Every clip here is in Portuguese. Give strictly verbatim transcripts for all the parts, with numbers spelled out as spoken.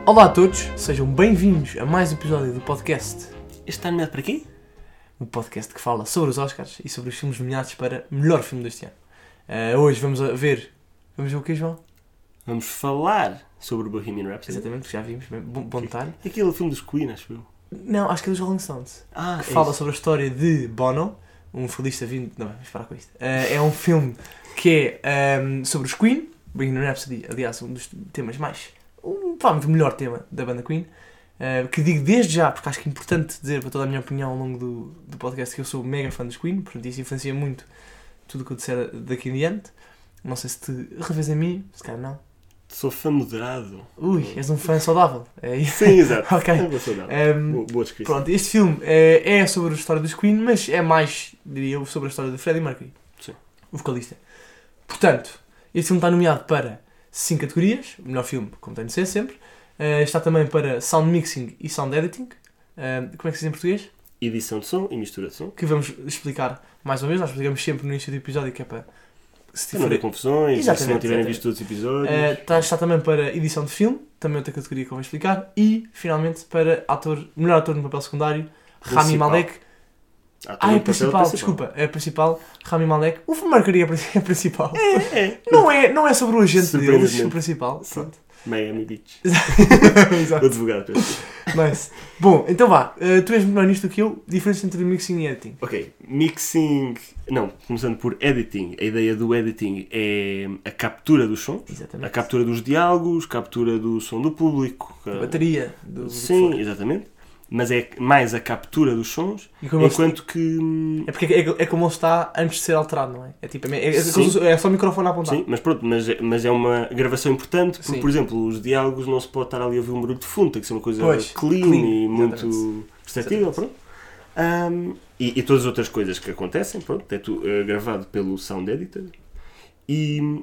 Olá a todos, sejam bem-vindos a mais um episódio do podcast. Este está nomeado para quê? O podcast que fala sobre os Oscars e sobre os filmes nomeados para melhor filme deste ano. Uh, hoje vamos a ver... Vamos ver o que, João? Vamos falar sobre o Bohemian Rhapsody. Exatamente, já vimos, bom, bom detalhe. Aquele filme dos Queen, acho eu. Não, acho que é dos Rolling Stones. Ah, que é fala isso. sobre a história de Bono, um fadista vindo... Não, vamos parar com isto. Uh, é um filme que é um, sobre os Queen. Bohemian Rhapsody, aliás, um dos temas mais... Um, provavelmente o melhor tema da banda Queen. Uh, que digo desde já, porque acho que é importante dizer para toda a minha opinião ao longo do, do podcast que eu sou mega fã dos Queen, portanto isso influencia muito tudo o que eu disser daqui em diante. Não sei se te revês a mim, se calhar não. Sou fã moderado. Ui, és um fã saudável. É isso? Sim, exato. Ok. É boa saudável. Um, boa, boa descrição. Pronto, este filme é, é sobre a história dos Queen, mas é mais, diria eu, sobre a história de Freddie Mercury. Sim. O vocalista. Portanto, este filme está nomeado para cinco categorias. O melhor filme, como tem de ser sempre. Uh, está também para Sound Mixing e Sound Editing. Uh, como é que se diz em português? Edição de som e mistura de som. Que vamos explicar mais uma vez. Nós explicamos sempre no início do episódio, que é para... Se Para não haver confusões, Exatamente, se não tiverem exatamente. visto todos os episódios. Uh, está, está também para edição de filme, também outra categoria que eu vou explicar. E, finalmente, para ator, melhor ator no papel secundário, Rami Principal. Malek. Ah, Ah, é também principal, papel desculpa, é principal, Rami Malek. O Mercury é pri- é principal. É, é. Não é, não é sobre o agente deles, Surpreendentemente. o principal. Sim. Pronto. Miami Beach. Exato. O advogado. penso. Nice. Bom, então vá, uh, tu és melhor nisto do que eu. Diferença entre mixing e editing. Ok, mixing... Não, começando por editing. A ideia do editing é a captura do som. Exatamente. A captura dos diálogos, captura do som do público. A bateria. Do, do Sim, que exatamente. Mas é mais a captura dos sons, E como ele enquanto que... É porque é, é como ele está antes de ser alterado, não é? É, tipo, é, é, é, Sim. é só o microfone a apontar. Sim, mas pronto, mas é, mas é uma gravação importante, porque, Sim. por exemplo, os diálogos não se pode estar ali a ouvir um barulho de fundo, tem que ser uma coisa Pois, clean, clean, e muito exatamente. perceptível, pronto. Um, e, e todas as outras coisas que acontecem, pronto, é tu, é gravado pelo Sound Editor. E,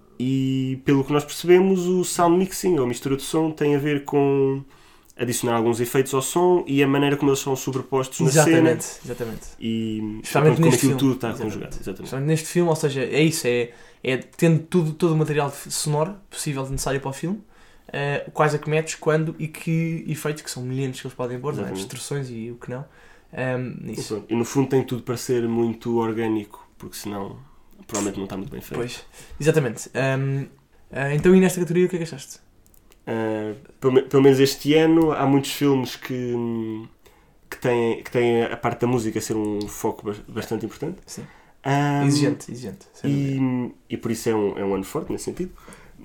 e pelo que nós percebemos, o Sound Mixing, ou mistura de som, tem a ver com adicionar alguns efeitos ao som e a maneira como eles são sobrepostos na Exatamente, cena. exatamente. E Especialmente como neste aquilo filme. tudo está Exatamente. conjugado. Exatamente. Especialmente neste filme, ou seja, é isso, é, é tendo tudo, todo o material sonoro possível necessário para o filme, uh, quais é que metes, quando e que efeitos, que são milhares que eles podem pôr, não é? Exatamente. Distorções e o que não. Um, E, isso. pronto, e no fundo tem tudo para ser muito orgânico, porque senão provavelmente não está muito bem feito. Pois, exatamente. Um, uh, então, e nesta categoria, o que é que achaste? Uh, pelo, me- pelo menos este ano há muitos filmes que, hum, que, têm, que têm a parte da música ser um foco bas- bastante importante. Sim. Um, Exigente, exigente. sem dúvida. E, e por isso é um, é um ano forte nesse sentido.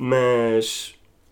Mas.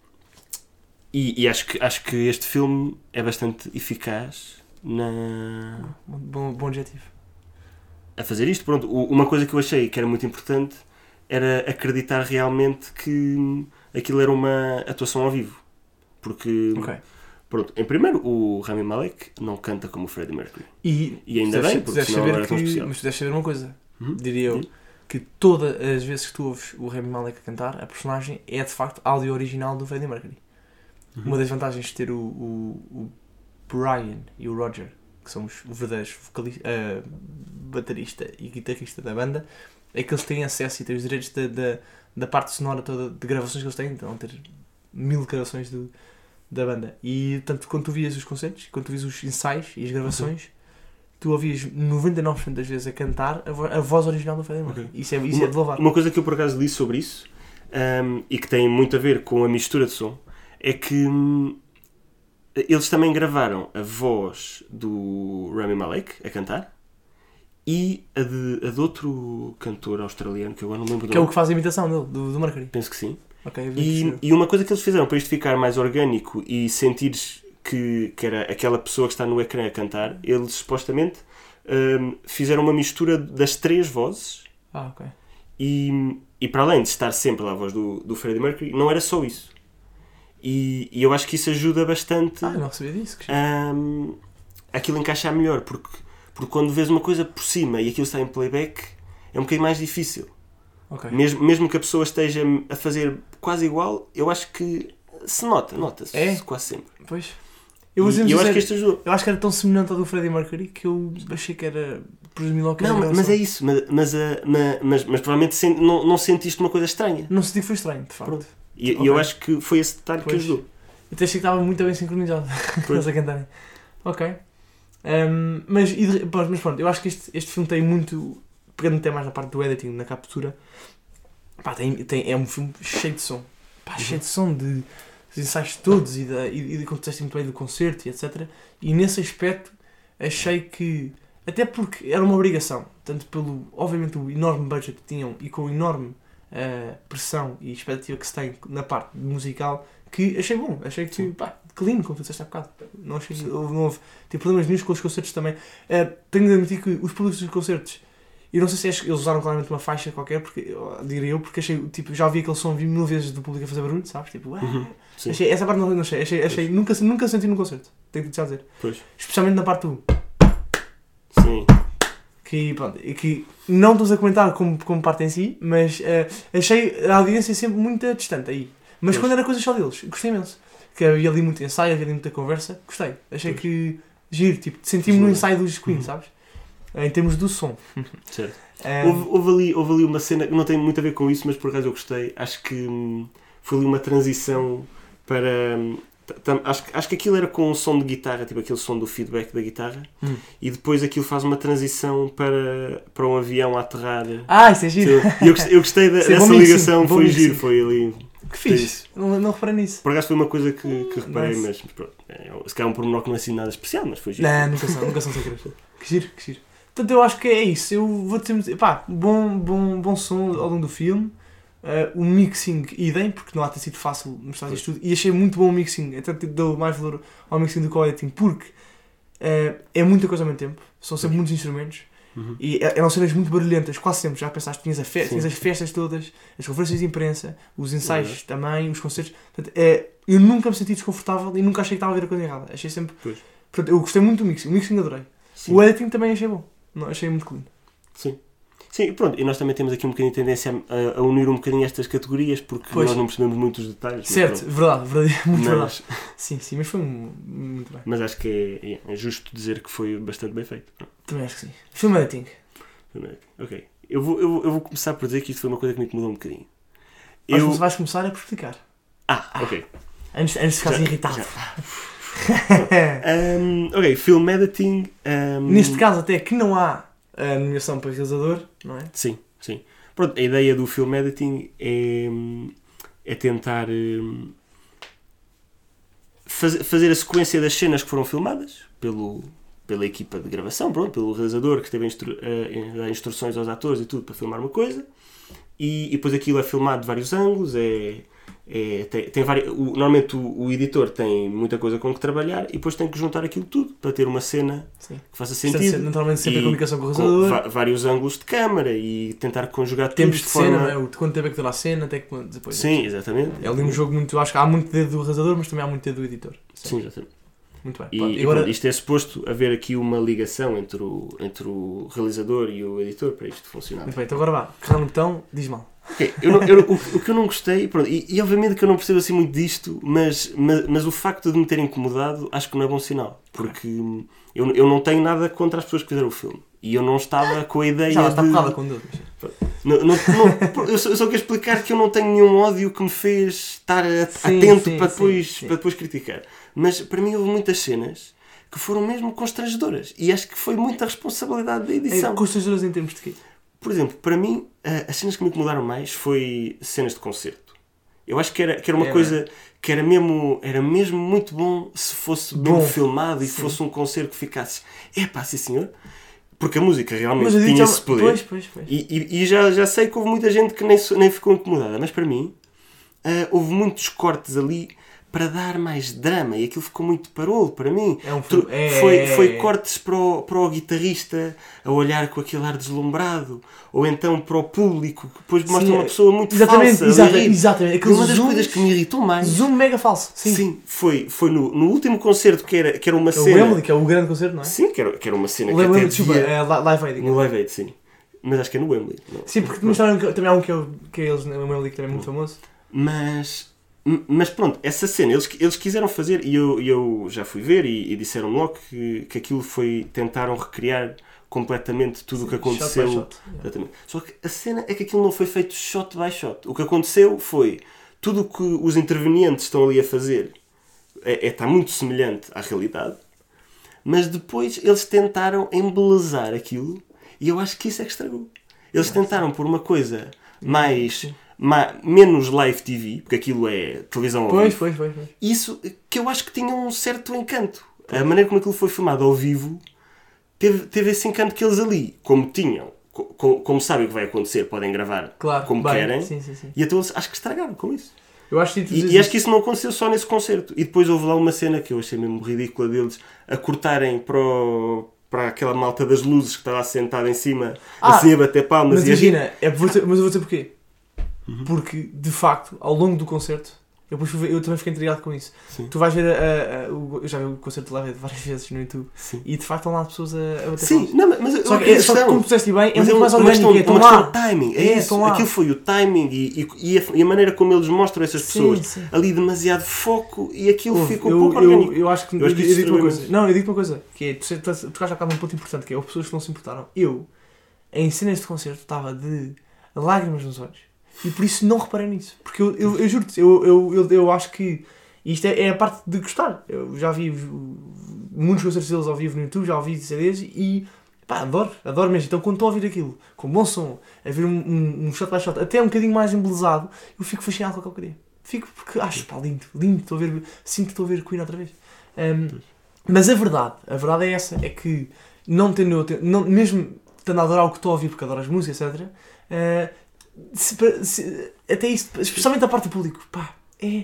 E, e acho, que, acho que este filme é bastante eficaz na, Bom, bom objetivo. a fazer isto. Pronto, u- uma coisa que eu achei que era muito importante era acreditar realmente que aquilo era uma atuação ao vivo. Porque, Ok. pronto, em primeiro, o Rami Malek não canta como o Freddie Mercury. E, E ainda tu bem, deves- tu porque deves senão não saber era tão que- especial. Mas tu deves saber uma coisa, Uhum. diria eu, Uhum. que todas as vezes que tu ouves o Rami Malek a cantar, a personagem é de facto áudio original do Freddie Mercury. Uhum. Uma das vantagens de ter o, o, o Brian e o Roger, que são os verdadeiros vocali- ah, baterista e guitarrista da banda, é que eles têm acesso e têm os direitos da, da, da parte sonora toda de gravações que eles têm, então ter mil gravações do, da banda. E tanto quando tu vias os concertos, quando tu vias os ensaios e as gravações, tu ouvias noventa e nove por cento das vezes a cantar a, vo- a voz original do Freddie Mercury. Ok. Isso, é, isso é de louvar. Uma coisa que eu por acaso li sobre isso, um, e que tem muito a ver com a mistura de som, é que hum, eles também gravaram a voz do Rami Malek a cantar e a de, a de outro cantor australiano, que eu agora não lembro do Que é o nome. que faz a imitação dele, do, do Mercury. Penso que sim. Ok, bem E, percebido. e uma coisa que eles fizeram para isto ficar mais orgânico e sentires que, que era aquela pessoa que está no ecrã a cantar, eles supostamente hum, fizeram uma mistura das três vozes. Ah, ok. E, e para além de estar sempre lá a voz do, do Freddie Mercury, não era só isso. E, e eu acho que isso ajuda bastante Ah, eu não sabia disso. Que... a aquilo encaixar melhor, porque, porque quando vês uma coisa por cima e aquilo está em playback, é um bocadinho mais difícil. Ok. Mesmo, mesmo que a pessoa esteja a fazer quase igual, eu acho que se nota, nota-se É? quase sempre. Pois. Eu, vou E dizer eu acho sincero, que isto ajudou. eu acho que era tão semelhante ao do Freddie Mercury que eu achei que era presumir logo que Não, era mas, mas gravação. é isso, mas, mas, ah, mas, mas, mas provavelmente sen- não, não sentiste uma coisa estranha. Não senti que foi estranho, de facto. Pronto. E, e Ok. eu acho que foi esse detalhe Pois. que ajudou. Eu até achei que estava muito bem sincronizado. Eles a cantarem. Ok. Um, mas, e de, mas pronto, eu acho que este, este filme tem muito... Pegando até mais na parte do editing, na captura... Pá, tem, tem, é um filme cheio de som. Pá, uhum. cheio de som de... Os ensaios todos e, da, e, e de como disseste muito bem do concerto e etcétera. E nesse aspecto achei que... Até porque era uma obrigação. Tanto pelo, obviamente, o enorme budget que tinham e com a enorme uh, pressão e expectativa que se tem na parte musical... Que achei bom, achei que, pá, que lindo, como tu disseste há bocado. Não achei, houve, não houve tipo, problemas nenhum com os concertos também. Uh, tenho de admitir que os produtos dos concertos, e não sei se eles usaram claramente uma faixa qualquer, porque, diria eu, porque achei, tipo, já ouvi aquele som, vi mil vezes do público a fazer barulho, sabes? Tipo, ué, uhum, achei, essa parte não, não achei, achei, achei nunca, nunca senti no concerto, tenho que te dizer. Pois. Especialmente na parte do... Sim. Que, pronto, que não estou a comentar como, como parte em si, mas uh, achei a audiência sempre muito distante aí. Mas pois. Quando era coisa só deles, gostei imenso. Que havia ali muito ensaio, havia ali muita conversa, gostei. Achei pois. Que giro, tipo, senti-me no ensaio dos Queen, uhum. sabes? Em termos do som. Certo. Um... Houve, houve, ali, houve ali uma cena que não tem muito a ver com isso, mas por acaso eu gostei. Acho que hum, foi ali uma transição para... Hum, tam, acho, acho que aquilo era com um som de guitarra, tipo aquele som do feedback da guitarra, hum. e depois aquilo faz uma transição para, para um avião a aterrar. Ah, isso é giro. Eu gostei, eu gostei da, dessa ligação, foi giro, foi ali... Que fixe, não, não reparei nisso. Por acaso foi uma coisa que, que reparei, nice. mas, mas pronto, é, se calhar um pormenor que não é assim nada especial, mas foi giro. Não, nunca são, nunca são sem querer. Que giro, que giro. Portanto, eu acho que é isso. Eu vou dizer, pá, bom, bom, bom som ao longo do filme. Uh, o mixing, idem, porque não há de ter sido fácil mostrar isto tudo. E achei muito bom o mixing, até dou mais valor ao mixing do que ao editing, porque uh, é muita coisa ao mesmo tempo. São sempre muitos instrumentos. Uhum. E eram cenas muito barulhentas, quase sempre. Já pensaste, tinhas, a fe- tinhas as festas todas, as conferências de imprensa, os ensaios uhum. também, os concertos. Portanto, é, eu nunca me senti desconfortável e nunca achei que estava a ver a coisa errada. Achei sempre. Pois. Portanto, eu gostei muito do mixing. O mixing adorei. Sim. O editing também achei bom. Não, achei muito clean. Sim. Sim, pronto. E nós também temos aqui um bocadinho de tendência a, a unir um bocadinho estas categorias porque pois. Nós não percebemos muito os detalhes. Certo, verdade, verdade, muito mas, verdade. Sim, sim, mas foi muito bem. Mas acho que é, é justo dizer que foi bastante bem feito. Também acho que sim. Filme editing. Ok. Eu vou, eu, vou, eu vou começar por dizer que isto foi uma coisa que me incomodou um bocadinho. Mas eu... você vais começar a por explicar. Ah, ah, ok. Antes, antes de ficares irritado. um, ok, film editing. Um... Neste caso, até que não há a nomeação para realizador, não é? Sim, sim. Pronto, a ideia do film editing é, é tentar um, faz, fazer a sequência das cenas que foram filmadas pelo. pela equipa de gravação, pronto, pelo realizador que esteve a, instru- a dar instruções aos atores e tudo para filmar uma coisa, e, e depois aquilo é filmado de vários ângulos, é, é, tem, tem várias, o, normalmente o, o editor tem muita coisa com que trabalhar e depois tem que juntar aquilo tudo para ter uma cena Sim. que faça sentido. Naturalmente sempre a comunicação com o realizador. Com vários ângulos de câmara e tentar conjugar tudo Tempos de, de forma... cena, não é? Quanto tempo é que dura a cena, até que depois... Sim, exatamente. É ali um jogo muito... Acho que há muito dedo do realizador, mas também há muito dedo do editor. Sim, exatamente. Muito bem. E, Pode, e agora... pronto, isto é suposto haver aqui uma ligação entre o, entre o realizador e o editor para isto funcionar. Muito bem, então agora vá, carrega no botão, diz mal. Okay, eu não, eu, o, o que eu não gostei, pronto, e, e obviamente que eu não percebo assim muito disto, mas, mas, mas o facto de me ter incomodado acho que não é bom sinal, porque eu, eu não tenho nada contra as pessoas que fizeram o filme e eu não estava com a ideia Já, de... está porrada com Deus. Não, não, não, eu, só, eu só quero explicar que eu não tenho nenhum ódio que me fez estar sim, atento sim, para, depois, sim, sim. para depois criticar, mas para mim houve muitas cenas que foram mesmo constrangedoras e acho que foi muita responsabilidade da edição. É, constrangedoras em termos de quê? Por exemplo, para mim, as cenas que me incomodaram mais foi cenas de concerto. Eu acho que era, que era uma é, coisa é. que era mesmo, era mesmo muito bom se fosse bom, bem filmado e sim. fosse um concerto que ficasse é pá, sim senhor, porque a música realmente tinha esse poder. Pois, pois, pois. E, e, e já, já sei que houve muita gente que nem, nem ficou incomodada, mas para mim uh, houve muitos cortes ali para dar mais drama e aquilo ficou muito parolo para mim. É um filme. É, foi, é, foi é. cortes para o, para o guitarrista a olhar com aquele ar deslumbrado, ou então para o público que depois mostra uma pessoa muito exatamente, falsa. Exatamente, exatamente. E uma das zoom, coisas que me irritou mais... Zoom mega falso. Sim, sim foi, foi no, no último concerto que era, que era uma é cena... O Wembley, que é o grande concerto, não é? Sim, que era, que era uma cena o que Wembley, até desculpa, devia... é Live Aid. No Live Aid, sim. Mas acho que é no Wembley. Não. Sim, porque mostraram que também há um que é, que é eles no Wembley que também é muito famoso. Mas... Mas pronto, essa cena, eles, eles quiseram fazer, e eu, eu já fui ver, e, e disseram-me logo que, que aquilo foi, tentaram recriar completamente tudo o que aconteceu. Shot by shot. Exatamente. Só que a cena é que aquilo não foi feito shot by shot. O que aconteceu foi, tudo o que os intervenientes estão ali a fazer, é, é, está muito semelhante à realidade, mas depois eles tentaram embelezar aquilo e eu acho que isso é que estragou. Eles tentaram pôr uma coisa mais, mais menos live T V, porque aquilo é televisão ao Pois, vivo. pois, pois, pois. Isso que eu acho que tinha um certo encanto. A maneira como aquilo foi filmado ao vivo teve, teve esse encanto que eles ali, como tinham, co- como sabem o que vai acontecer, podem gravar Claro, como bem, querem, sim, sim, sim. e então eles acho que estragaram com isso. Eu acho que tu E, dizes e acho que isso não aconteceu só nesse concerto. E depois houve lá uma cena que eu achei mesmo ridícula deles a cortarem para, o, para aquela malta das luzes que estava sentada em cima, Ah, assim a bater palmas. Mas e a rir. imagina, é, vou dizer- mas eu vou dizer porquê. Porque, de facto, ao longo do concerto, eu, depois fui ver- eu também fiquei intrigado com isso. Sim. Tu vais ver, a, a- o, eu já vi o concerto de Live Aid várias vezes no YouTube, Sim. e de facto estão lá pessoas a, a bater Sim, palmas. não, mas eu Só que, é, acredito só que que como tu disseste bem, é Mas muito é mais uma orgânico, questão, é, estão uma questão lá. de timing, é, É, isso. estão lá. Aquilo foi o timing e, e, e, a, e a maneira como eles mostram essas Sim, pessoas sim. ali demasiado foco e aquilo Ouve, ficou eu, pouco eu, orgânico. eu acho que, Eu acho que eu, isso digo uma estragou coisa. imenso. Não, eu digo uma coisa, que é, tu, tu, tu tocaste a um ponto importante, que é, houve pessoas que não se importaram. Eu, em cenas de concerto, estava de lágrimas nos olhos. E por isso não reparei nisso. Porque eu, eu, eu juro-te, eu, eu, eu, eu acho que isto é, é a parte de gostar. Eu já vi muitos concertos deles ao vivo no YouTube, já ouvi C Ds e pá, adoro, adoro mesmo. Então quando estou a ouvir aquilo, com bom som, a ver um, um, um shot by shot, até um bocadinho mais embelezado, eu fico fascinado com aquilo que eu queria. Fico porque acho, pá, lindo, lindo, estou a ver, sinto que estou a ver Queen outra vez. Um, mas a verdade, a verdade é essa, é que não tendo, não, mesmo estando a adorar o que estou a ouvir, porque adoro as músicas, etcétera, uh, se, se, até isso, especialmente a parte do público, pá, é...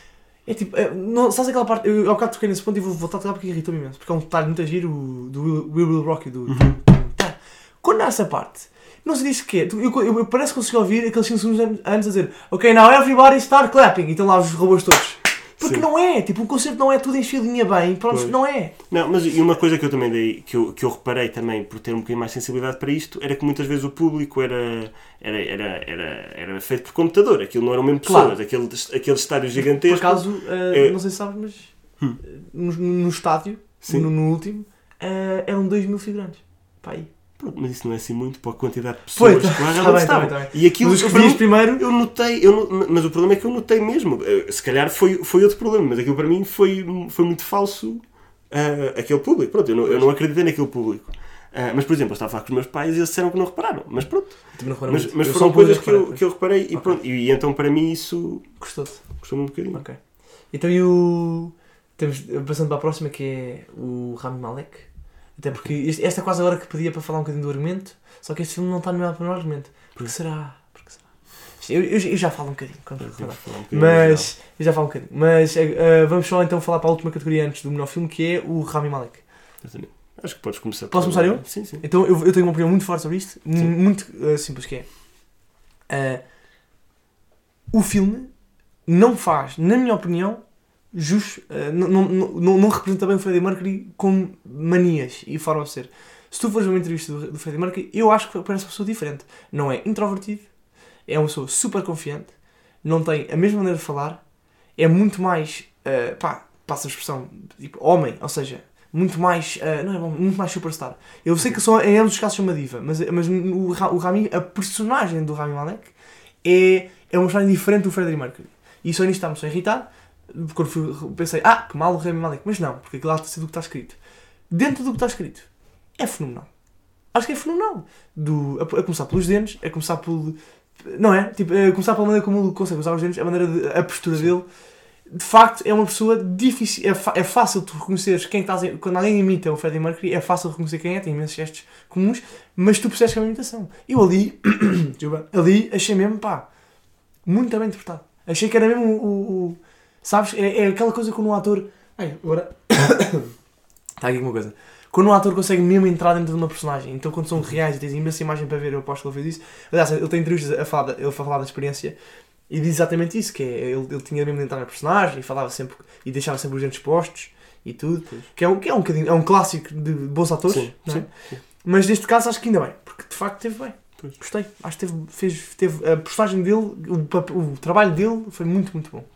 É tipo, é, não, sabes aquela parte, eu ao bocado toquei nesse ponto e vou voltar a tocar porque irritou-me imenso, porque é um detalhe muito giro o, do Will, Will Will Rock do... Uhum. Tá. Quando há essa parte, não se diz o que é, eu, eu, eu parece que consegui ouvir aqueles cinco segundos antes a dizer ok, now everybody start clapping, e estão lá os robôs todos. Porque Sim. não é, tipo, o concerto não é tudo em filinha bem, pronto, Pois. não é. Não, mas e uma coisa que eu também dei, que eu, que eu reparei também por ter um bocadinho mais sensibilidade para isto, era que muitas vezes o público era, era, era, era, era feito por computador, aquilo não eram mesmo pessoas, Claro. aquele, aquele estádio Por gigantesco. acaso, uh, é- não sei se sabes, mas Hum. no, no estádio, Sim. no, no último, uh, eram dois mil figurantes. Pá, aí. Pronto, mas isso não é assim muito para a quantidade de pessoas Pois, que lá tá realmente bem, estavam. tá bem, tá E aquilo Mas os que para vias mim, primeiro... eu notei, eu, no- mas o problema é que eu notei mesmo. Eh, Se calhar foi, foi outro problema, mas aquilo para mim foi, foi muito falso, ah, aquele público. Pronto, eu não, eu não acreditei naquele público. Ah, mas, por exemplo, eu estava a falar com os meus pais e eles disseram que não repararam. Mas pronto. Também não reparei Mas, muito. mas Eu foram só coisas pude reparar, que eu, que eu reparei e Ok. pronto. E, e então para mim isso Gostou-te? custou-me um bocadinho. Ok. Então e o... Temos, passando para a próxima, que é o Rami Malek. Até porque este- esta é quase a hora que pedia para falar um bocadinho do argumento, só que este filme não está no meu primeiro argumento. Porque será? Porque será? Eu, eu, eu já falo um bocadinho, quando for falar. Falar um bocadinho Mas, eu já falo um bocadinho. Mas uh, vamos só então falar para a última categoria antes do melhor filme, que é o Rami Malek. mais. Acho que podes começar. Posso começar eu? Sim, sim. Então eu, eu tenho uma opinião muito forte sobre isto, Sim. muito uh, simples, que é... Uh, o filme não faz, na minha opinião, jus, uh, não, não, não, não representa bem o Freddie Mercury com manias e forma de ser. Se tu fores ver uma entrevista do, do Freddie Mercury, eu acho que parece uma pessoa diferente. Não é introvertido, é uma pessoa super confiante, não tem a mesma maneira de falar, é muito mais, uh, pá, passa a expressão, tipo, homem, ou seja, muito mais, uh, não é bom, muito mais superstar. Eu sei que só, em ambos os casos sou uma diva, mas, mas o, o Rami, a personagem do Rami Malek é, é uma personagem diferente do Freddie Mercury. E só nisto está-me só a irritar, quando fui, pensei, ah, que mal o Rami Malek, mas não, porque aquilo lá está a ser do que está escrito. Dentro do que está escrito, é fenomenal. Acho que é fenomenal. Do, a, a começar pelos dentes, a começar por... Não é? Tipo, a começar pela maneira como ele consegue usar os dentes, a maneira de, a postura dele. De facto, é uma pessoa difícil. É, fa- é fácil tu reconheceres quem estás a, quando alguém imita o Freddie Mercury, é fácil reconhecer quem é, tem imensos gestos comuns, mas tu percebes que é uma imitação. Eu ali, desculpa, ali achei mesmo, pá, muito bem interpretado. Achei que era mesmo o... o, o sabes? É, é aquela coisa quando um ator... Ai, agora... Está aqui uma coisa. Quando um ator consegue mesmo entrar dentro de uma personagem, então quando são reais e tens imensa imagem para ver, eu aposto que ele fez isso. Aliás, ele tem entrevistas a falar, da, ele a falar da experiência e diz exatamente isso, que é, ele, ele tinha mesmo de entrar na personagem e falava sempre, e deixava sempre os dentes expostos e tudo, que é um, que é um, bocadinho, é um clássico de bons atores, Sim, não é? sim, sim. Mas neste caso acho que ainda bem, porque de facto teve bem. Pois. Gostei. Acho que teve, fez, teve a personagem dele, o, pap- o trabalho dele foi muito, muito bom.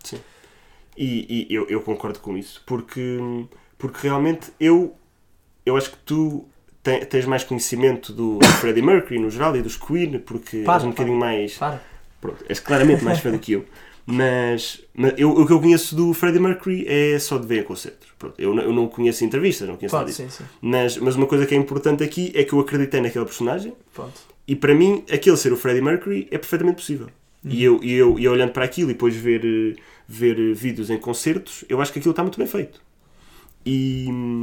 E, e eu, eu concordo com isso, porque, porque realmente eu, eu acho que tu te- tens mais conhecimento do Freddie Mercury no geral e dos Queen, porque Para, és um bocadinho mais... Para. Pronto, és claramente mais fã do que eu. Mas, mas eu, o que eu conheço do Freddie Mercury é só de ver em concertos. Pronto, eu, não, eu não conheço entrevistas, não conheço Pronto, nada disso. sim, sim. Mas, mas uma coisa que é importante aqui é que eu acreditei naquele personagem. Pronto. E para mim, aquele ser o Freddie Mercury é perfeitamente possível. Uhum. E, eu, e, eu, e eu olhando para aquilo e depois ver, ver vídeos em concertos, eu acho que aquilo está muito bem feito. E,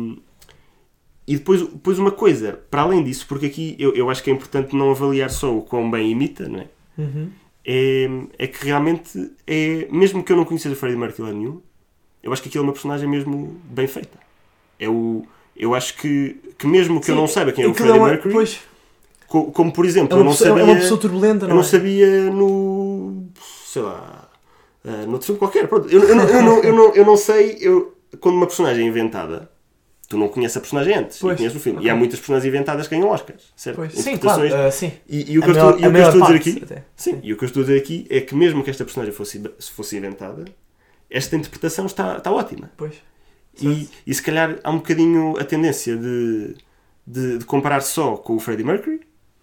e depois, depois uma coisa, para além disso, porque aqui eu, eu acho que é importante não avaliar só o quão bem imita, não é? Uhum. É, é que realmente, é, mesmo que eu não conhecesse o Freddie Mercury nenhum, eu acho que aquilo é uma personagem mesmo bem feita. É o, eu acho que, que mesmo que Sim, eu não saiba quem é o Freddie é uma, Mercury... Pois... Como, como por exemplo, é uma eu não pessoa, sabia... É uma pessoa turbulenta, não Eu não é? sabia no... Sei lá... Uh, no outro filme qualquer. Pronto. Eu, eu, eu, eu, não, eu, não, eu não sei... Eu, quando uma personagem é inventada, tu não conheces a personagem antes. Pois, e conheces o filme. Okay. E há muitas personagens inventadas que ganham Oscars. Certo? Pois. Sim, claro. Uh, sim. E, e o que eu estou, maior, e o que eu estou a dizer aqui... Até. Sim. E o que eu estou a dizer aqui é que mesmo que esta personagem fosse, fosse inventada, esta interpretação está, está ótima. Pois. E, e se calhar há um bocadinho a tendência de, de, de comparar só com o Freddie Mercury.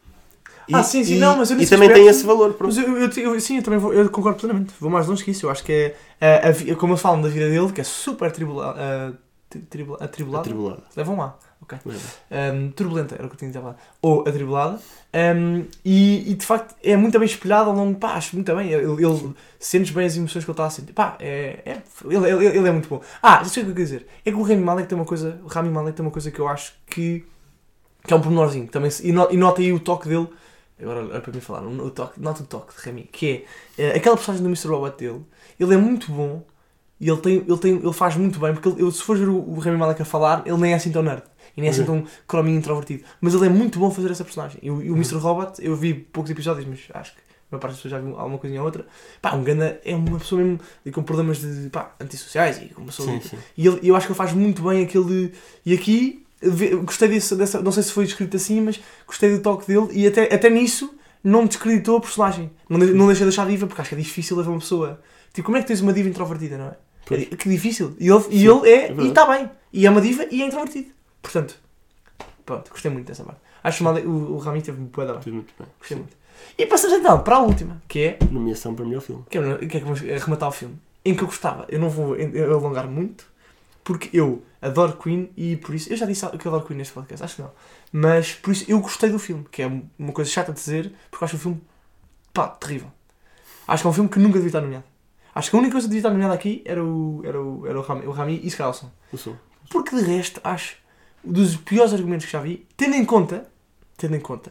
E, ah, sim, sim, e, não, mas eu e também aspecto, tem esse valor. Mas eu, eu, eu, sim, eu também vou, eu concordo plenamente. Vou mais longe que isso. Eu acho que é, a, a, como eles falam da vida dele, que é super tribula, uh, tribula, atribulada. Atribulada. Levam lá. Ok. Um, turbulenta, era o que eu tinha de falar. Ou atribulada. Um, e, e de facto é muito bem espelhado ao longo. Pá, acho muito bem. Ele, ele sentes bem as emoções que ele está a sentir. Pá, é, é, ele, ele, ele é muito bom. Ah, não sei o que eu quero dizer. É que o Rami Malek tem uma coisa. O Rami Malek tem uma coisa que eu acho que. que é um pormenorzinho. Também, e, no, e nota aí o toque dele. Agora é para mim falar. O toque, nota o toque de Rami. Que é, é aquela personagem do mister Robot dele. Ele é muito bom. E ele, tem, ele, tem, ele faz muito bem. Porque ele, se for ver o, o Rami Malek a falar, ele nem é assim tão nerd. E nem é assim tão crominho introvertido. Mas ele é muito bom a fazer essa personagem. E o, e o mister Robot, eu vi poucos episódios, mas acho que a maior parte das pessoas já viu alguma coisinha ou outra. Pá, um ganda é uma pessoa mesmo com problemas de, pá, antissociais e uma pessoa. Sim, sim. E ele, eu acho que ele faz muito bem aquele. E aqui, gostei desse, dessa. Não sei se foi descrito assim, mas gostei do toque dele. E até, até nisso, não descreditou a personagem. Não, não deixa de deixar diva, porque acho que é difícil levar uma pessoa. Tipo, como é que tens uma diva introvertida, não é? Pois. É que difícil. E ele, e ele é. é e está bem. E é uma diva e é introvertido. Portanto. Pronto, gostei muito dessa parte. Acho que o, o Rami teve muito bem. Teve muito bem. Gostei muito. E passamos então para a última, que é... Nomeação para o melhor filme. Que é, que é que vamos arrematar o filme. Em que eu gostava. Eu não vou alongar muito, porque eu adoro Queen e por isso... Eu já disse que eu adoro Queen neste podcast, acho que não. Mas por isso eu gostei do filme, que é uma coisa chata de dizer, porque eu acho o filme, pá, terrível. Acho que é um filme que nunca devia estar nomeado. Acho que a única coisa que devia estar nomeada aqui era o, era o, era o, Rami, o Rami e Scarlson. Porque de resto, acho... dos piores argumentos que já vi, tendo em conta, tendo em conta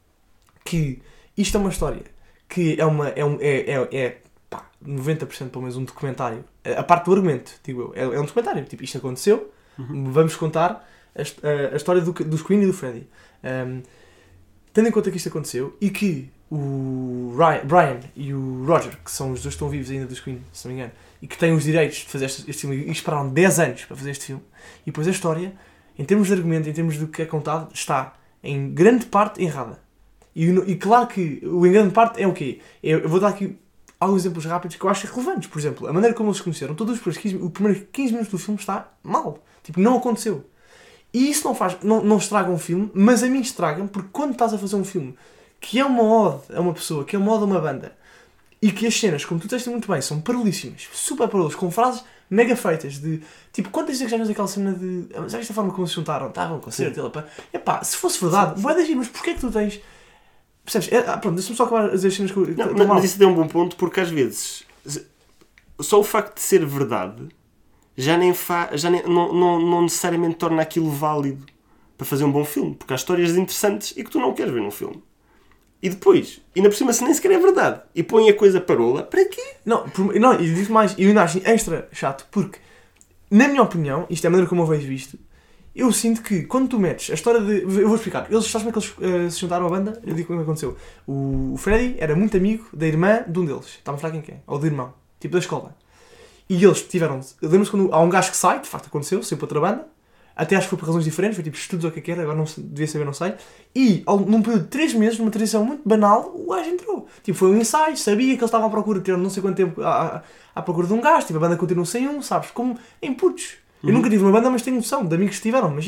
que isto é uma história que é uma é um, é, é, é pá, noventa por cento pelo menos um documentário, a parte do argumento, digo eu, é, é um documentário, tipo, isto aconteceu, uhum. Vamos contar a, a, a história do, dos Queen e do Freddie. Um, tendo em conta que isto aconteceu e que o Ryan, Brian e o Roger, que são os dois que estão vivos ainda dos Queen, se não me engano, e que têm os direitos de fazer este, este filme e esperaram dez anos para fazer este filme, e depois a história, em termos de argumento, em termos do que é contado, está em grande parte errada. E, e claro que o em grande parte é o quê? Eu, eu vou dar aqui alguns exemplos rápidos que eu acho relevantes. Por exemplo, a maneira como eles se conheceram, todos os primeiros quinze, os primeiros quinze minutos do filme está mal. Tipo, não aconteceu. E isso não faz, não, não estraga um filme, mas a mim estraga, porque quando estás a fazer um filme que é uma ode a uma pessoa, que é uma ode a uma banda, e que as cenas, como tu disseste muito bem, são parelíssimas, super paralelas, com frases mega feitas de, tipo, quantas vezes já vimos aquela cena de, já viste a forma como se juntaram, estavam com concerto, ele, pá, epá, se fosse verdade, vai agir, mas porquê é que tu tens, percebes, é, ah, pronto, deixa-me só acabar as cenas que eu, não, mas, mas isso é um bom ponto, porque às vezes, só o facto de ser verdade, já nem fa, já nem, não, não, não necessariamente torna aquilo válido para fazer um bom filme, porque há histórias interessantes e que tu não queres ver num filme. E depois, ainda por cima, se nem sequer é verdade, e põe a coisa parola, para quê? Não, por, não e digo mais, eu ainda acho extra chato, porque, na minha opinião, isto é a maneira como eu vejo isto, eu sinto que, quando tu metes a história de... Eu vou explicar, eles, sabes como é que eles uh, se juntaram à banda? Eu digo como é que aconteceu. O, o Freddie era muito amigo da irmã de um deles, estava a falar quem quem, ou do irmão, tipo da escola. E eles tiveram, lembro-se quando há um gajo que sai, de facto aconteceu, saiu para outra banda, até acho que foi por razões diferentes, foi tipo estudos ou o que é que era, agora não devia saber, não sei. E ao, num período de três meses, numa transição muito banal, o gajo entrou. Tipo, foi um ensaio, sabia que eles estavam à procura, tiveram não sei quanto tempo à, à procura de um gajo, tipo, a banda continuou sem um, sabes, como em putos. Eu uhum. nunca tive uma banda, mas tenho noção de amigos que tiveram, imagina.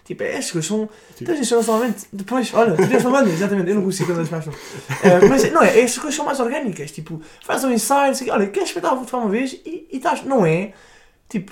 Tipo, estas coisas são... Estas coisas são normalmente... Depois, olha, tu tens uma banda, exatamente, eu não consigo cada vez mais não. Uh, mas, não é, estas coisas são mais orgânicas, tipo, faz um ensaio, assim, olha, queres experimentar o futebol uma vez e estás... Não é, tipo...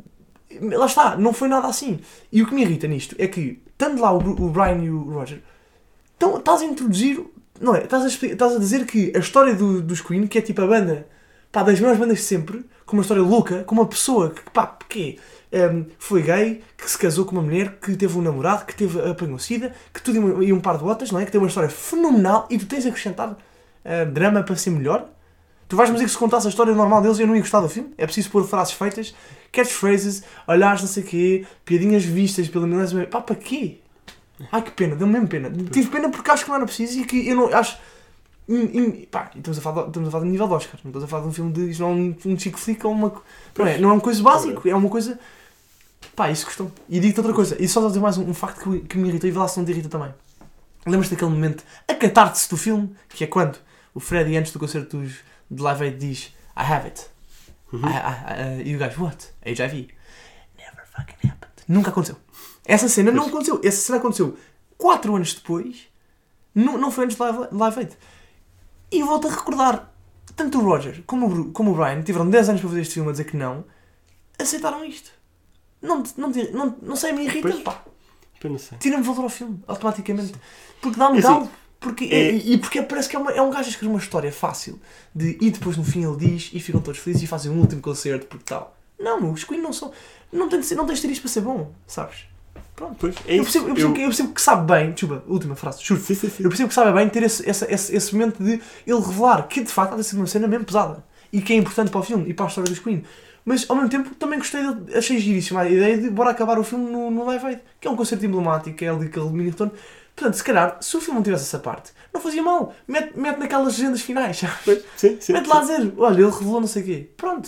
Lá está, não foi nada assim. E o que me irrita nisto é que, estando lá o, o Brian e o Roger, então, estás a introduzir... Não é, estás a, explicar, estás a dizer que a história do, dos Queen, que é tipo a banda, pá, das melhores bandas de sempre, com uma história louca, com uma pessoa que, pá, que um, foi gay, que se casou com uma mulher, que teve um namorado, que teve apanhou sida, que tudo e um, e um par de botas, não é? Que tem uma história fenomenal e tu tens a acrescentar uh, drama para ser melhor? Tu vais-me dizer que se contasse a história normal deles eu não ia gostar do filme? É preciso pôr frases feitas, catchphrases, olhares não sei o quê, piadinhas vistas pela milésima... Pá, para quê? Ai, que pena, deu-me mesmo pena. Tive pena porque acho que não era preciso e que eu não acho... In, in, pá, estamos a, falar de, estamos a falar de nível de Oscar, não estamos a falar de um filme de... Isto não é um, um chick flick ou uma... Não é, não é uma coisa básica, é uma coisa... Pá, isso gostou. E digo-te outra coisa, e só vou dizer mais um, um facto que, que me irritou e vê lá se não te irrita também. Lembras-te daquele momento, a catarte-se do filme, que é quando o Freddy antes do concerto dos, de Live Aid diz I have it. Uhum. I, I, uh, e o gajo, what? H I V. Never fucking happened. Nunca aconteceu. Essa cena não aconteceu. Essa cena aconteceu quatro anos depois. Não, não foi antes de Live, Live Aid. E volto a recordar, tanto o Roger como o, como o Brian tiveram dez anos para fazer este filme a dizer que não, aceitaram isto. Não, não, não, não sei, me irrita, pá. Tira-me valor ao filme, automaticamente. Porque dá-me galo. Porque, é, e, e porque parece que é, uma, é um gajo a escrever uma história fácil. De, e depois no fim ele diz e ficam todos felizes e fazem um último concerto porque tal. Não, os Queen não são... Não tens de, de ter isto para ser bom, sabes? Pronto. Pois, é eu, percebo, eu, percebo eu... Que, eu percebo que sabe bem... Desculpa, última frase, juro. Sim, sim, sim. Eu percebo que sabe bem ter esse, esse, esse, esse momento de ele revelar que de facto há de ser uma cena mesmo pesada. E que é importante para o filme e para a história dos Queen. Mas ao mesmo tempo também gostei dele, achei giríssima a ideia de bora acabar o filme no, no Live Aid. Que é um concerto emblemático, que é ali aquele mini retorno. Portanto, se calhar, se o filme não tivesse essa parte, não fazia mal. Mete, mete naquelas legendas finais, sabes? Sim, sim, mete lá a dizer, olha, ele revelou não sei o quê. Pronto.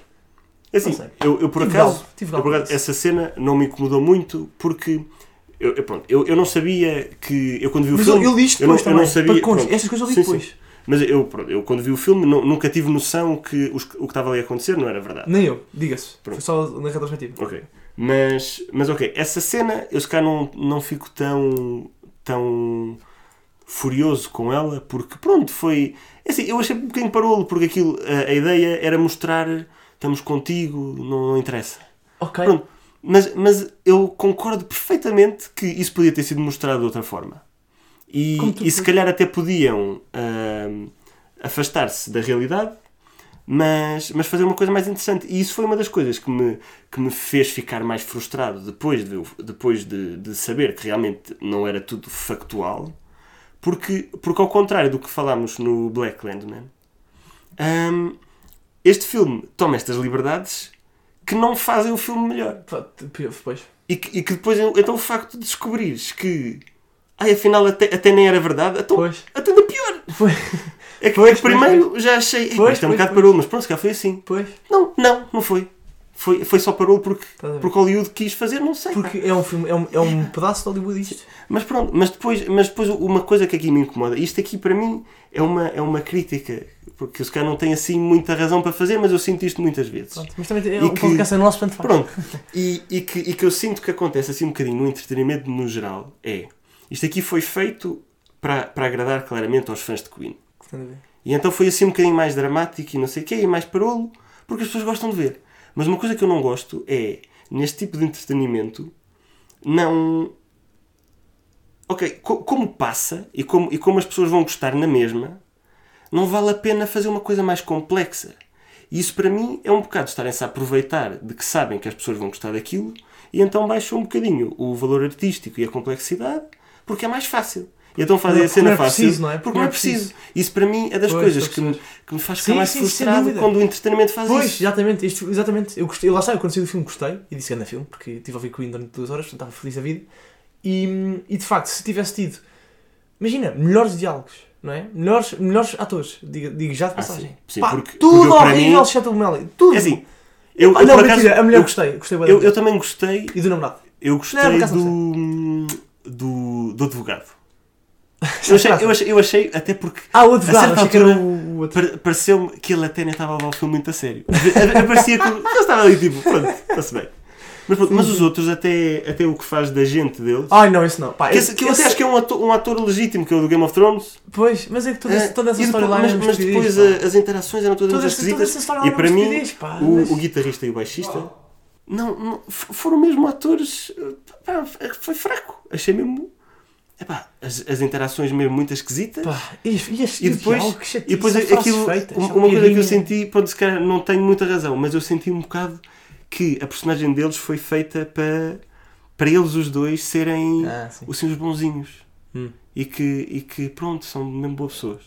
É assim, eu, eu por tive acaso, tive eu, por acaso essa cena não me incomodou muito porque eu, eu, pronto, eu, eu não sabia que... Eu quando vi o mas filme... eu li isto depois eu não, também. Eu não sabia, pronto, estas coisas eu li sim, depois. Sim. Mas eu, pronto, eu quando vi o filme não, nunca tive noção que os, o que estava ali a acontecer não era verdade. Nem eu, diga-se. Foi só na retrospectiva. Ok. Mas, mas ok, essa cena eu se calhar não, não fico tão... tão furioso com ela, porque pronto, foi assim, eu achei um bocadinho parolo, porque aquilo, a, a ideia era mostrar estamos contigo, não, não interessa. Ok. Pronto, mas, mas eu concordo perfeitamente que isso podia ter sido mostrado de outra forma. E, e se calhar até podiam uh, afastar-se da realidade, mas, mas fazer uma coisa mais interessante. E isso foi uma das coisas que me, que me fez ficar mais frustrado depois, de, depois de, de saber que realmente não era tudo factual, porque, porque ao contrário do que falámos no Black Klansman, um, este filme toma estas liberdades que não fazem o filme melhor. Pois. E que, e que depois, então o facto de descobrires que ai, afinal até, até nem era verdade, então, até ainda pior. Foi. É que pois, primeiro pois, já achei, pois, isto é um pois, bocado pois. parolo, mas pronto, se calhar foi assim. Pois. Não, não, não foi. Foi, foi só parolo porque, porque Hollywood quis fazer, não sei. Porque é um filme, é um, é um pedaço de Hollywood isto. Mas pronto, mas depois, mas depois uma coisa que aqui me incomoda, isto aqui para mim é uma, é uma crítica, porque eu se calhar não tenho assim muita razão para fazer, mas eu sinto isto muitas vezes. Pronto, mas também é um podcast nosso, portanto faz. Pronto, e, e, que, e que eu sinto que acontece assim um bocadinho no entretenimento no geral, é, isto aqui foi feito para, para agradar claramente aos fãs de Queen. E então foi assim um bocadinho mais dramático e não sei o quê, e mais parolo, porque as pessoas gostam de ver. Mas uma coisa que eu não gosto é, neste tipo de entretenimento, não... Ok, co- como passa e como, e como as pessoas vão gostar na mesma, não vale a pena fazer uma coisa mais complexa. E isso para mim é um bocado estarem-se a aproveitar de que sabem que as pessoas vão gostar daquilo e então baixam um bocadinho o valor artístico e a complexidade porque é mais fácil. E então fazem a cena fácil. Preciso, não é? Porque não é preciso. Isso para mim é das pois, coisas que me, que me faz ficar sim, mais sim, frustrado quando o entretenimento faz pois, isso. Pois, exatamente. Isto, exatamente. Eu gostei, lá está, eu quando saí do filme gostei e disse que anda filme, porque estive a ouvir Queen durante duas horas, portanto estava feliz da vida. E, e de facto, se tivesse tido, imagina, melhores diálogos, não é? Melhores, melhores atores, digo, digo já de passagem. Ah, sim, sim, pá, porque, tudo porque horrível, mim, exceto o Melly. Tudo. É assim, eu, ah, eu, não, por mentira, acaso, a mulher eu, gostei. gostei eu, eu também gostei. E do namorado. Eu gostei não, do, do, do advogado. Eu achei, eu, achei, eu achei, até porque ah, o advogado, a certa achei altura, que era o, o outro. Pareceu-me que ele até nem estava a levar o filme muito a sério. Parecia que ele estava ali tipo, pronto, está-se bem. Mas, pronto, mas os outros, até, até o que faz da gente deles... Ai não, isso não. Pá, que, esse, que eu até acho que é um ator, um ator legítimo, que é o do Game of Thrones. Pois, mas é que toda, É, toda essa e depois- storyline... Mas, é mas depois a, as interações eram todas toda, muito essa- toda esquisitas. essa storyline E é para uma mim, estupidez, pá, o, mas- o guitarrista e o baixista... Não, não, f- foram mesmo atores... Pá, foi fraco. Achei mesmo... Epá, as, as interações mesmo muito esquisitas. Pá, e, e, este E depois, diálogo, que e chatice, depois são frases aquilo, feitas, uma, são uma coisa que eu piadinhas. senti, pode se calhar não tenho muita razão, mas eu senti um bocado que a personagem deles foi feita para, para eles os dois serem Ah, sim. os seus bonzinhos. Hum. E, que, e que pronto, são mesmo boas pessoas.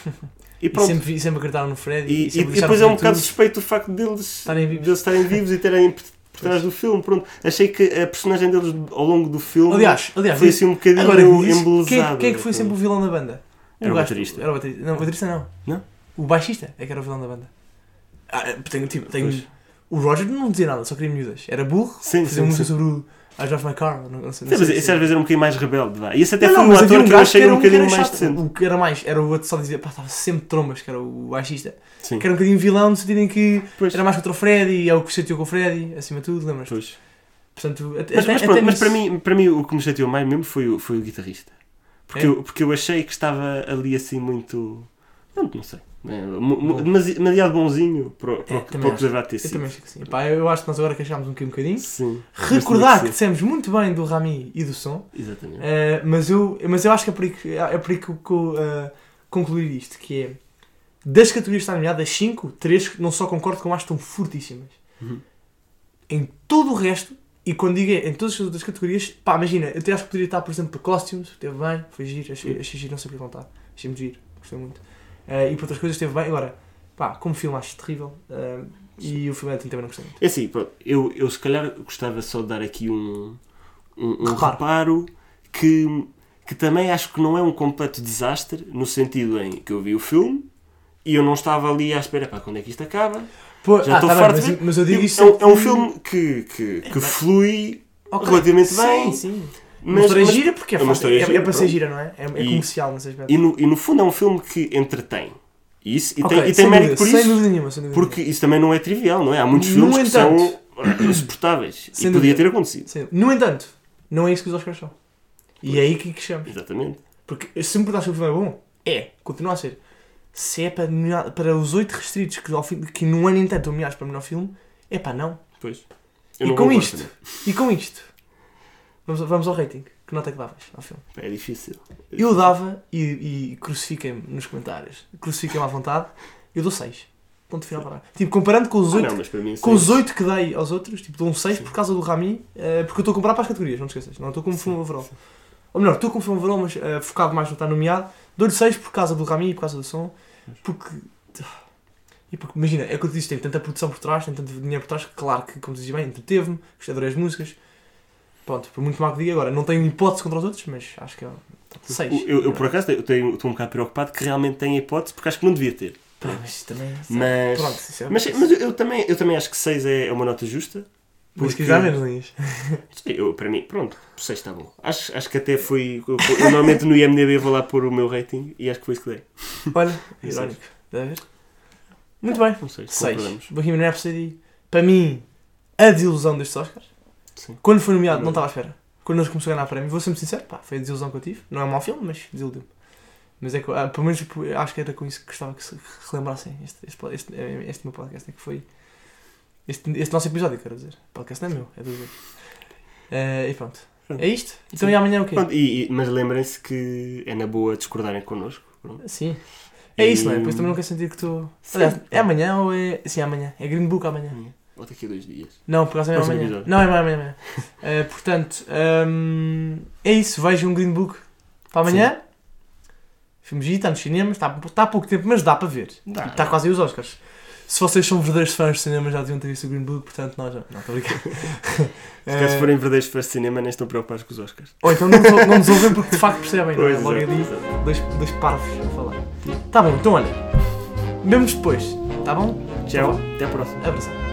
E E pronto. sempre, vi- sempre acreditaram no Freddy. E, e, sempre e deixaram depois é um fazer bocado tudo. suspeito o facto deles Estarem vivos. deles estarem vivos e terem por, por trás do filme. Pronto. Achei que a personagem deles ao longo do filme Aliás, aliás foi assim um bocadinho agora que diz, embelezada. quem, quem é que foi sempre o vilão da banda? Era o gajo- baterista. Era o baterista. Não, o baterista não. Não? O baixista é que era o vilão da banda. Ah, tenho, tipo, tenho... Pois. O Roger não dizia nada, só queria miúdas. Era burro, Sim, fazia sim, música sim. sobre o I Drive My Car. Não, não sei, Sim, não mas sei esse se- às vezes era um bocadinho mais rebelde. Vá. E esse até Não, foi não, um mas havia ator que eu gajo achei era um que era bocadinho mais chato. decente. O que era mais, era o outro só dizia, pá, estava sempre de trombas, que era o baixista. Sim. Que era um bocadinho vilão, no sentido em que Pois. era mais contra o Freddy e é o que chateou com o Freddy, acima de tudo, lembras? Pois. Portanto, até, Mas, até, mas, pronto, até mas nisso- para, mim, para mim o que me chateou mais mesmo foi o, foi o guitarrista. Porque, É? eu, porque eu achei que estava ali assim muito... Não, não sei. É, mu- mu- demasi- demasiado bonzinho para, o- para, o- É, para também o que acho. deve ter Eu sido. também acho que sim. Pá, eu acho que nós agora queixámos um bocadinho. um bocadinho. Sim. Recordar Mas que tinha dissemos muito bem do Rami e do som, ser. Exatamente. eh, mas, eu, mas eu acho que é por aí que, é por aí que eu que, eh, concluir isto, que é, das categorias que estão nomeadas, das cinco, três não só concordo com, acho que estão fortíssimas. Uhum. Em todo o resto, e quando digo é, em todas as outras categorias, pá, imagina, eu até acho que poderia estar, por exemplo, para costumes, esteve bem, foi giro, achei, achei giro, não sei porque não está, achei-me giro, gostei muito. Eh, e para outras coisas esteve bem, agora, pá, como filme acho terrível, eh, e o filme também não gostei muito. É assim, pronto, eu, eu se calhar gostava só de dar aqui um, um, um Reparo. reparo que, que também acho que não é um completo desastre, no sentido em que eu vi o filme e eu não estava ali à espera, pá, quando é que isto acaba? Pô, Já ah, estou tá farto bem, de mas, ver. mas eu digo Eu- isso é, um, sempre- é um filme que, que, que bem. flui Ok, relativamente sim, bem, sim. Uma mas, história mas- gira porque é, é uma fácil, história é, gira, é para ser pronto. gira, não é? É, é E- comercial nesse aspecto. e, no, e no fundo é um filme que entretém. E, isso, e Ok, tem, e tem sem mérito dúvida, por sem isso, dúvida nenhuma, sem dúvida porque isso também não é trivial, não é? Há muitos No filmes que entanto- são ora, insuportáveis Sem e podia dúvida. ter acontecido. nenhuma. Sem- No entanto, não é isso que os Oscars são. E é aí que queixamos. Exatamente. Porque se me perguntas se o filme é bom, é, continua a ser. Se é para, nomear- para os oito restritos que, ao fim, que num ano inteiro estão nomeados para melhor filme, é pá, não. Pois. Eu E não com concordo isto, também. e com isto, vamos, vamos ao rating. Que nota é que davas ao filme? Pá, é difícil. Eu dava, e, e crucifiquem-me nos comentários, crucifiquem-me à vontade, eu dou seis. Ponto final para lá. Tipo, comparando com os Ah, oito não, mas para mim com os sim. oito que dei aos outros, tipo, dou um seis por causa do Rami, eh, porque eu estou a comprar para as categorias, não te esqueças. Não estou como filme overall. Ou melhor, estou como filme overall, mas eh, focado mais no estar nomeado. Dou-lhe seis por causa do Rami e por causa do som. Porque. E porque, imagina, é o que eu te disse, tem tanta produção por trás, tem tanto dinheiro por trás, que, claro que, como te dizia bem, entreteve-me, gostei, adorei as músicas. Pronto, por muito mal que diga agora, não tenho hipótese contra os outros, mas acho que é seis. Eu, eu, por acaso, eu tenho- estou um bocado preocupado que realmente tenha hipótese, porque acho que não devia ter. Pá, mas isso também. Mas, Pronto, isso é. mas, mas eu, eu também, eu também acho que seis é é uma nota justa. Mas porque- quiser menos linhas. Sim, eu, para mim, pronto, seis está bom. Acho, acho que até foi. Eu, eu normalmente no I M D B vou lá pôr o meu rating e acho que foi isso que dei. Olha, Seis. irónico. Deve ver? Muito bem. Não sei, seis. concordamos. Bohemian Rhapsody, para mim, a desilusão destes Oscars. Sim. Quando foi nomeado, Não. não estava à espera. Quando eles começaram a ganhar prémio, vou ser muito sincero, pá, foi a desilusão que eu tive. Não é um mau filme, mas desiludiu-me. Mas é que, ah, pelo menos, tipo, acho que era com isso que gostava que se relembrassem este, este, este, este meu podcast, é que foi este, este nosso episódio, quero dizer. O podcast não é meu, é dos outros. Eh, e pronto. Pronto. É isto? Então Sim. e amanhã o quê? Pronto, e, e- mas lembrem-se que é na boa discordarem connosco. Pronto. Sim. É isso, não é? E- Depois também não quero sentir que estou... Sim. Aliás, é amanhã ou é... Sim, é amanhã. É Green Book amanhã. Amanhã. Ou daqui a dois dias. Não, por causa é Próximo amanhã. episódio. Não, é amanhã. amanhã. Eh, portanto, hum, é isso. Vejam um Green Book para amanhã. Filme G, está nos cinemas. Está, está há pouco tempo, mas dá para ver. Dá, está dá. quase aí os Oscars. Se vocês são verdadeiros fãs de cinema, já deviam ter visto o Green Book, portanto, nós já... Não, estou a brincar. Se caso Eh, forem verdadeiros fãs de cinema, nem estão preocupados com os Oscars. Ou então não, nos- não nos ouvem porque de facto percebem, não é? Pois, Logo exato, ali, exato. dois, dois parvos a falar. Tá bom, então olha. Vemo-nos depois, tá bom? Tchau, Então vá. até à próxima. Abração.